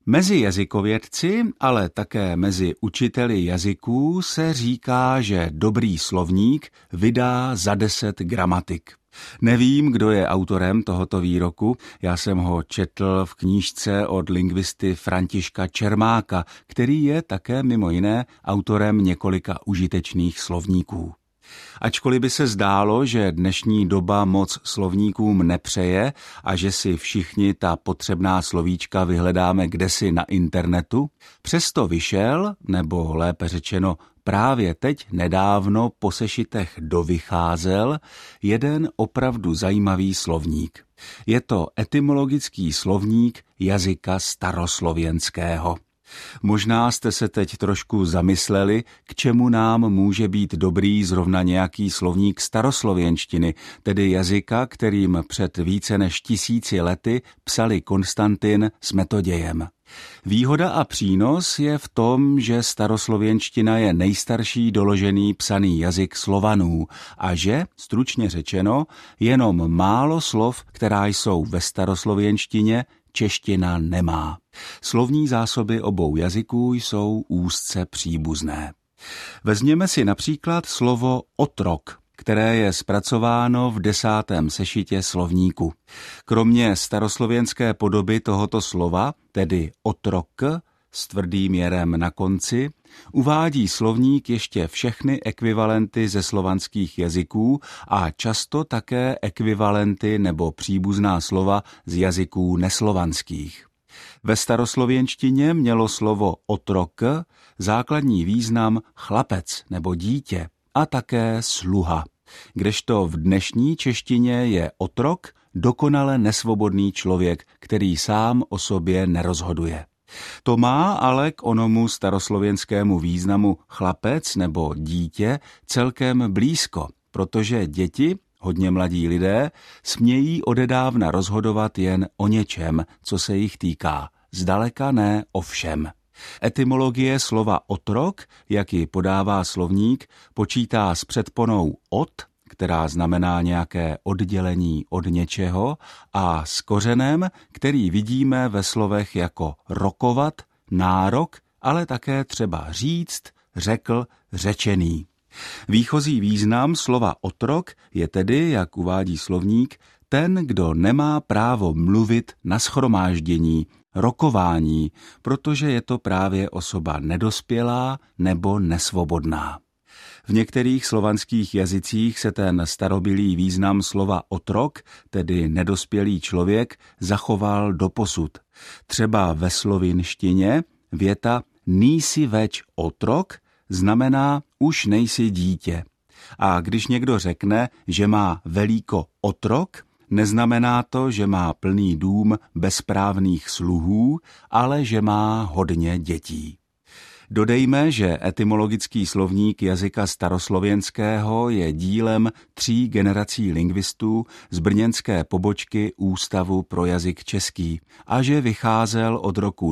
Mezi jazykovědci, ale také mezi učiteli jazyků se říká, že dobrý slovník vydá za 10 gramatik. Nevím, kdo je autorem tohoto výroku, já jsem ho četl v knížce od lingvisty Františka Čermáka, který je také mimo jiné autorem několika užitečných slovníků. Ačkoliv by se zdálo, že dnešní doba moc slovníkům nepřeje a že si všichni ta potřebná slovíčka vyhledáme kdesi na internetu, přesto vyšel, nebo lépe řečeno právě teď nedávno po sešitech dovycházel jeden opravdu zajímavý slovník. Je to etymologický slovník jazyka staroslověnského. Možná jste se teď trošku zamysleli, k čemu nám může být dobrý zrovna nějaký slovník staroslověnštiny, tedy jazyka, kterým před více než 1000 lety psali Konstantin s Metodějem. Výhoda a přínos je v tom, že staroslověnština je nejstarší doložený psaný jazyk Slovanů a že, stručně řečeno, jenom málo slov, která jsou ve staroslověnštině, čeština nemá. Slovní zásoby obou jazyků jsou úzce příbuzné. Vezměme si například slovo otrok, které je zpracováno v 10. sešitě slovníku. Kromě staroslověnské podoby tohoto slova, tedy otrok, s tvrdým jerem na konci, uvádí slovník ještě všechny ekvivalenty ze slovanských jazyků a často také ekvivalenty nebo příbuzná slova z jazyků neslovanských. Ve staroslověnštině mělo slovo otrok základní význam chlapec nebo dítě a také sluha, kdežto v dnešní češtině je otrok dokonale nesvobodný člověk, který sám o sobě nerozhoduje. To má ale k onomu staroslověnskému významu chlapec nebo dítě celkem blízko, protože děti, hodně mladí lidé, smějí odedávna rozhodovat jen o něčem, co se jich týká, zdaleka ne o všem. Etymologie slova otrok, jak ji podává slovník, počítá s předponou od, která znamená nějaké oddělení od něčeho, a s kořenem, který vidíme ve slovech jako rokovat, nárok, ale také třeba říct, řekl, řečený. Výchozí význam slova otrok je tedy, jak uvádí slovník, ten, kdo nemá právo mluvit na shromáždění, rokování, protože je to právě osoba nedospělá nebo nesvobodná. V některých slovanských jazycích se ten starobylý význam slova otrok, tedy nedospělý člověk, zachoval doposud. Třeba ve slovinštině věta "nísi več otrok" znamená už nejsi dítě. A když někdo řekne, že má velíko otrok, neznamená to, že má plný dům bezprávných sluhů, ale že má hodně dětí. Dodejme, že etymologický slovník jazyka staroslověnského je dílem 3 generací lingvistů z brněnské pobočky Ústavu pro jazyk český a že vycházel od roku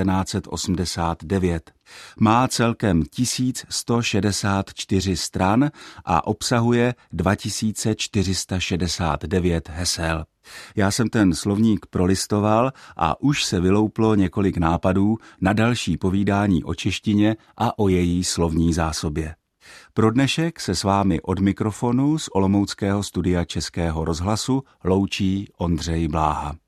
1989. Má celkem 1164 stran a obsahuje 2469 hesel. Já jsem ten slovník prolistoval a už se vylouplo několik nápadů na další povídání o češtině a o její slovní zásobě. Pro dnešek se s vámi od mikrofonu z olomouckého studia Českého rozhlasu loučí Ondřej Bláha.